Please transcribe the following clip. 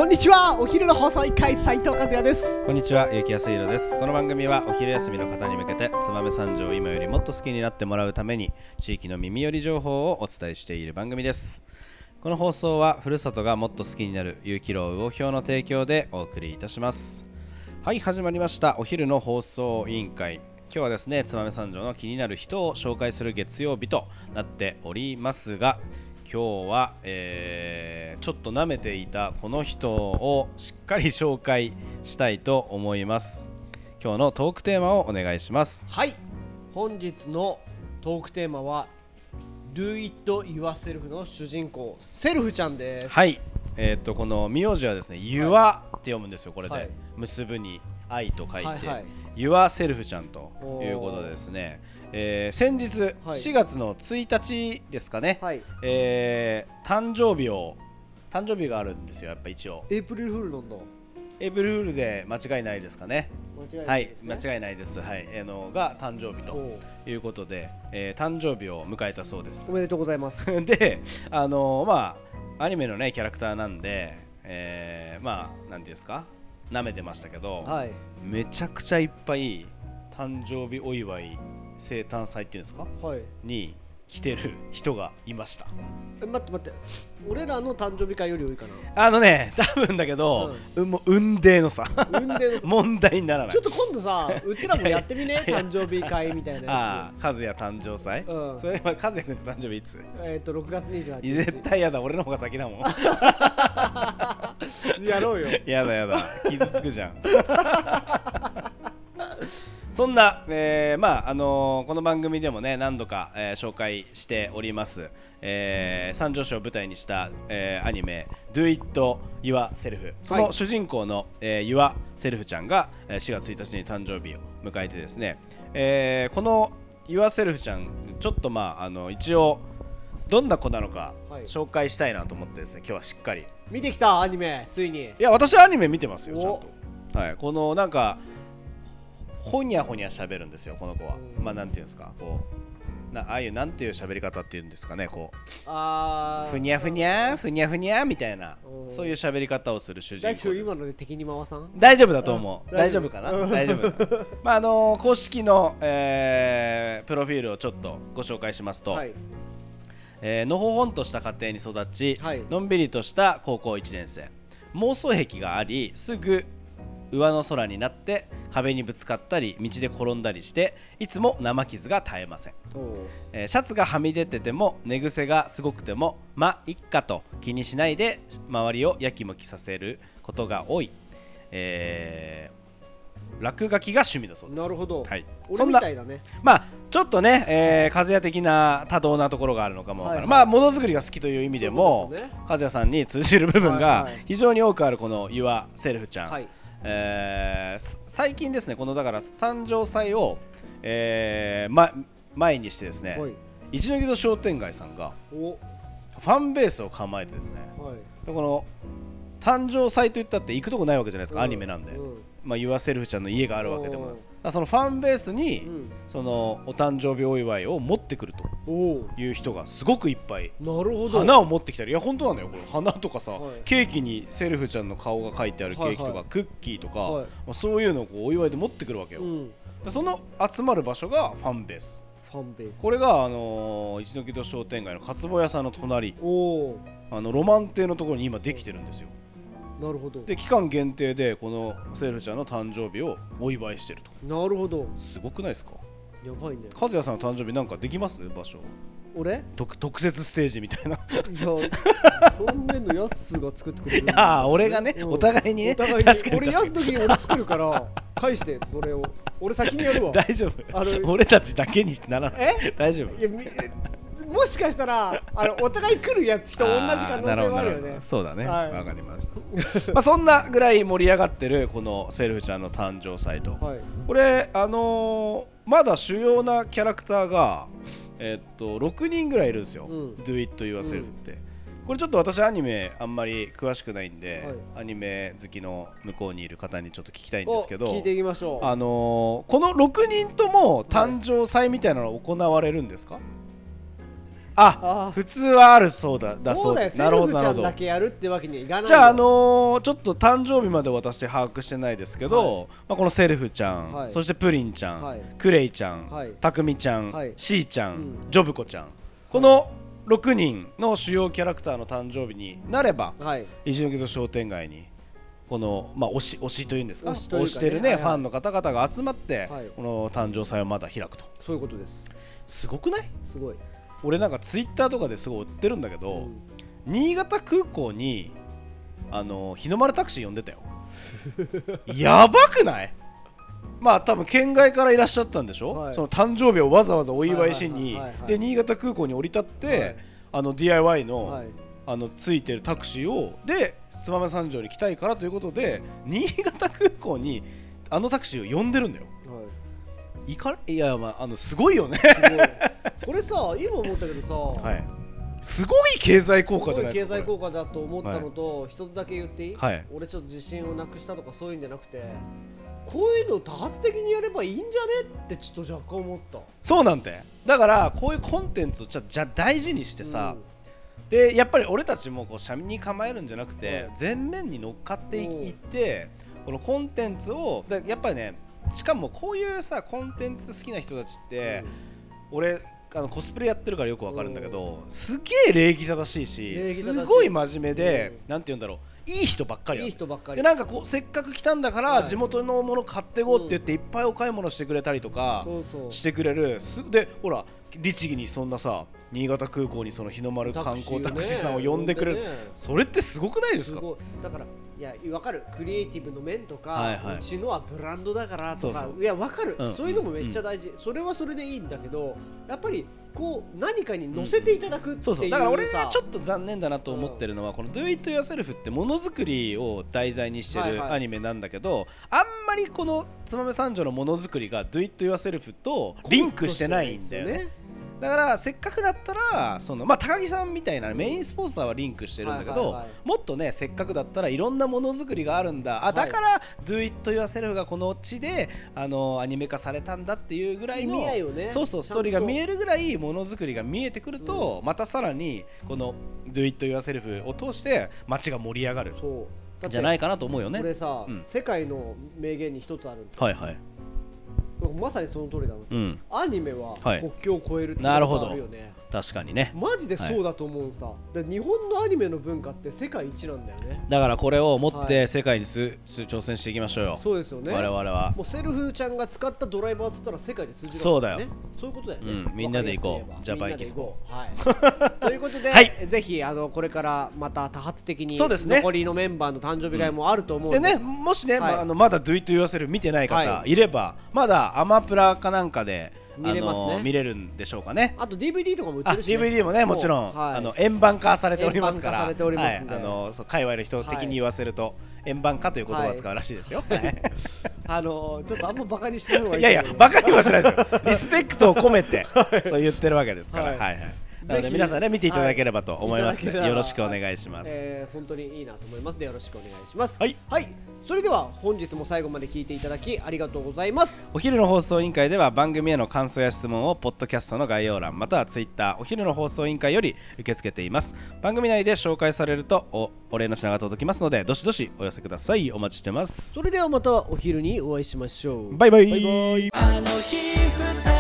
こんにちは。お昼の放送1回斉藤和也です。 こんにちは、結城康弘です。この番組はお昼休みの方に向けて燕三条を今よりもっと好きになってもらうために地域の耳寄り情報をお伝えしている番組です。この放送はふるさとがもっと好きになる有機楼魚評の提供でお送りいたします。はい、始まりましたお昼の放送委員会。今日はですね、燕三条の気になる人を紹介する月曜日となっておりますが、今日は、ちょっと舐めていたこの人をしっかり紹介したいと思います。今日のトークテーマをお願いします。 はい、本日のトークテーマは Do It Yourself の主人公セルフちゃんです。 はい、この名字はですね、ユアって読むんですよ。これで、 はい、 結ぶに愛と書いて、 はいはい、 ユアセルフちゃんということでですね、先日、はい、4月の1日ですかね、はい、誕生日があるんですよ。やっぱ一応エイプリルフールなんだ。 エイプリルフールで間違いないですかね。 間違いないですね。 はい、間違いないです。はい、が誕生日ということで、誕生日を迎えたそうです。 おめでとうございますで、まあアニメのねキャラクターなんで、まあなんていうんですか、舐めてましたけど、はい、めちゃくちゃいっぱい誕生日お祝い生誕祭っていうんですか、はい、に来てる人がいました。 待って俺らの誕生日会より多いかな。多分だけど、もう運命のさ問題にならない。 ちょっと今度さ、うちらもやってみね。誕生日会みたいなやつ。和也誕生祭、それは和也君って誕生日いつ ？6月28日。 絶対やだ、俺の方が先だもんやろうよ。 やだ傷つくじゃんそんな、この番組でもね何度か、紹介しております、三条市を舞台にした、アニメ Do It Yourself、 その主人公の、Yourself ちゃんが4月1日に誕生日を迎えてですね、この Yourself ちゃんちょっと一応どんな子なのか紹介したいなと思ってですね、今日はしっかり見てきた。アニメついに。 いや、私はアニメ見てますよ、ちゃんと。はい、このなんかほにゃほにゃ喋るんですよ、この子は。なんていうんですか、こうああいうなんていう喋り方っていうんですかね、こうふにゃふにゃみたいな、そういう喋り方をする主人公です。 大丈夫？今ので敵に回さん？ 大丈夫だと思う。大丈夫かな大丈夫公式の、プロフィールをちょっとご紹介しますと、はい、のほほんとした家庭に育ち、はい、のんびりとした高校1年生。妄想癖があり、すぐ上の空になって壁にぶつかったり道で転んだりして、いつも生傷が絶えません。シャツがはみ出てても寝癖がすごくてもいっかと気にしないで周りをやきもきさせることが多い、落書きが趣味だそうです。 なるほど、 はい、 俺みたいだね。 ちょっとね、和也的な多動なところがあるのかもわからない、ものづくりが好きという意味でも和也さんに通じる部分が非常に多くあるこのYourselfちゃん、はい、最近ですね、このだから誕生祭を、前にしてですね、一ノ木戸商店街さんがファンベースを構えてですね、でこの誕生祭といったって行くとこないわけじゃないですか、アニメなんで。Yourselfちゃんの家があるわけでも、そのファンベースに、そのお誕生日お祝いを持ってくるという人がすごくいっぱい。 なるほど。 花を持ってきたり、いや本当なんだよ、これ花とかさ、ケーキにセルフちゃんの顔が描いてあるケーキとか、クッキーとか、そういうのをこうお祝いで持ってくるわけよ。でその集まる場所がファンベース。これが一ノ木戸商店街のかつぼ屋さんの隣、ロマン亭のところに今できてるんですよ。 なるほど。 で期間限定でこのセルフちゃんの誕生日をお祝いしてると。 なるほど。 すごくないですか？ やばいね。 和也さんの誕生日なんかできます？場所。 俺？ 特設ステージみたいな。いや、そんなのヤスが作ってくれる。 いや俺がね、お互いにね。 確かに俺ヤスの時に俺作るから返して、それを俺先にやるわ。 大丈夫。俺たちだけにならない。大丈夫。 いやもしかしたらお互い来るやつと同じ可能性はあるよね。 そうだね、わかりましたそんなぐらい盛り上がってるこのセルフちゃんの誕生祭と、これまだ主要なキャラクターが6人ぐらいいるんですよ、Do It Yourself って。これちょっと私アニメあんまり詳しくないんで、アニメ好きの向こうにいる方にちょっと聞きたいんですけど、 聞いていきましょう。 この6人とも誕生祭みたいなの行われるんですか？ 普通はあるそうだそうだよ。セなるほルフちゃんだどなるほど。 けやるってわけにはいかないよ。 じゃあちょっと誕生日まで私把握してないですけど、このセルフちゃん、そしてプリンちゃん、クレイちゃん、タクミちゃん、シーちゃん、ジョブコちゃん、この6人の主要キャラクターの誕生日になれば、一ノ木戸商店街にこの推しというんですか、推してるねファンの方々が集まって、この誕生祭をまた開くと。 そういうことです。 すごくない？ すごい。 俺なんかツイッターとかですごい売ってるんだけど、新潟空港に日の丸タクシー呼んでたよ。やばくない？まあ多分県外からいらっしゃったんでしょ、その誕生日をわざわざお祝いしに、で新潟空港に降り立って、DIY の、ついてるタクシーをで燕三条に来たいからということで新潟空港にタクシーを呼んでるんだよ。いやすごいよね。 これさ今思ったけどさ、 すごい経済効果じゃないですか。 すごい経済効果だと思ったのと、一つだけ言っていい？俺ちょっと自信をなくしたとかそういうんじゃなくて、こういうのを多発的にやればいいんじゃねってちょっと若干思った。そうなんて。 だからこういうコンテンツをじゃ大事にしてさ、でやっぱり俺たちもこう斜面に構えるんじゃなくて、前面に乗っかっていって、このコンテンツをやっぱりね、しかもこういうさコンテンツ好きな人たちって、俺コスプレやってるからよくわかるんだけど、すげえ礼儀正しいし、すごい真面目で、なんて言うんだろう、いい人ばっかりで、なんかこうせっかく来たんだから地元のもの買ってこうって言っていっぱいお買い物してくれたりとかしてくれる。でほら律儀にそんなさ新潟空港にその日の丸観光タクシーさんを呼んでくれる、それってすごくないですか？ だからいや分かる、クリエイティブの面とか、うちのはブランドだからとか、いや分かる、そういうのもめっちゃ大事、それはそれでいいんだけど、やっぱりこう何かに乗せていただくっていう、 だから俺がちょっと残念だなと思ってるのは、この Do It Yourself ってものづくりを題材にしてるアニメなんだけど、あんまりこの燕三条のものづくりが Do It Yourself とリンクしてないんだよね。だからせっかくだったら高木さんみたいなメインスポンサーはリンクしてるんだけど、もっとねせっかくだったらいろんなものづくりがあるんだ、だから Do It Yourself がこの地でアニメ化されたんだっていうぐらいの意味合いをね、ストーリーが見えるぐらいものづくりが見えてくると、またさらにこの Do It Yourself を通して街が盛り上がるじゃないかなと思うよね。 これさ、世界の名言に一つあるんだ。まさにその通りだな、アニメは国境を越えるってことあるよね。 確かにね、 マジでそうだと思うさ、日本のアニメの文化って世界一なんだよね。 だからこれを持って世界に挑戦していきましょうよ。 そうですよね。 我々はもうセルフちゃんが使ったドライバーつったら世界で通じる、ね、 そうだよ。 そういうことだよね、 みんなで行こう。ジャパンエキスポ。 ということで、ぜひこれからまた多発的に残りのメンバーの誕生日会もあると思うので、 でね、もしね、まだ Do It Yourself 見てない方いれば、まだアマプラかなんかで見れますね。見れるんでしょうかね。 あと DVD とかも売ってるし、ね、 DVD もね、もちろん、円盤化されておりますから、界隈の人的に言わせると、円盤化という言葉を使うらしいですよ。ちょっとあんまバカにしてる方がいい。 いやいや、バカにはしないですよ。リスペクトを込めてそう言ってるわけですから。なので皆さんね、見ていただければと思いますので、よろしくお願いします。 本当にいいなと思いますので、よろしくお願いします。はい、それでは本日も最後まで聞いていただきありがとうございます。 お昼の放送委員会では番組への感想や質問をポッドキャストの概要欄またはツイッターお昼の放送委員会より受け付けています。番組内で紹介されるとお礼の品が届きますので、どしどしお寄せください。お待ちしてます。 それではまたお昼にお会いしましょう。 バイバイ。